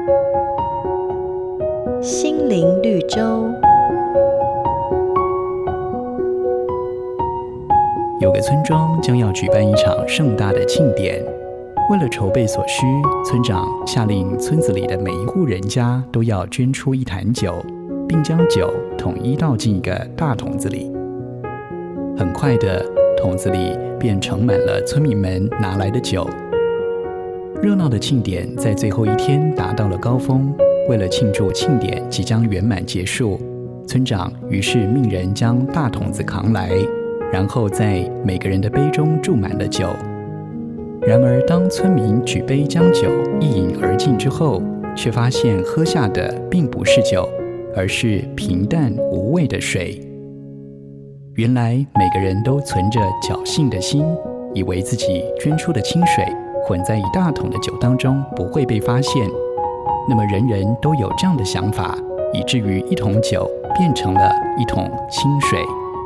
心灵绿洲。 有个村庄将要举办一场盛大的庆典，为了筹备所需，村长下令村子里的每一户人家都要捐出一坛酒，并将酒统一倒进一个大桶子里。很快的，桶子里便盛满了村民们拿来的酒。热闹的庆典在最后一天达到了高峰。为了庆祝庆典即将圆满结束，村长于是命人将大桶子扛来，然后在每个人的杯中注满了酒。然而当村民举杯将酒一饮而尽之后，却发现喝下的并不是酒，而是平淡无味的水。原来每个人都存着侥幸的心，以为自己捐出的清水混在一大桶的酒当中不会被发现。那么人人都有这样的想法，以至于一桶酒变成了一桶清水。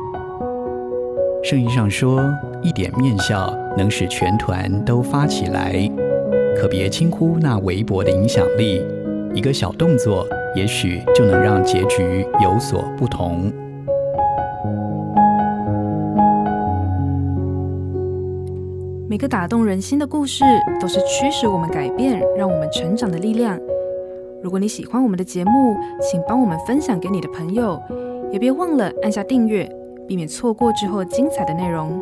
圣经上说，一点面笑能使全团都发起来，可别轻忽那微薄的影响力，一个小动作也许就能让结局有所不同。 每个打动人心的故事都是驱使我们改变，让我们成长的力量。如果你喜欢我们的节目，请帮我们分享给你的朋友，也别忘了按下订阅，避免错过之后精彩的内容。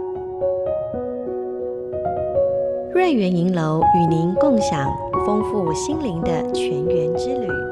瑞园银楼与您共享丰富心灵的全员之旅。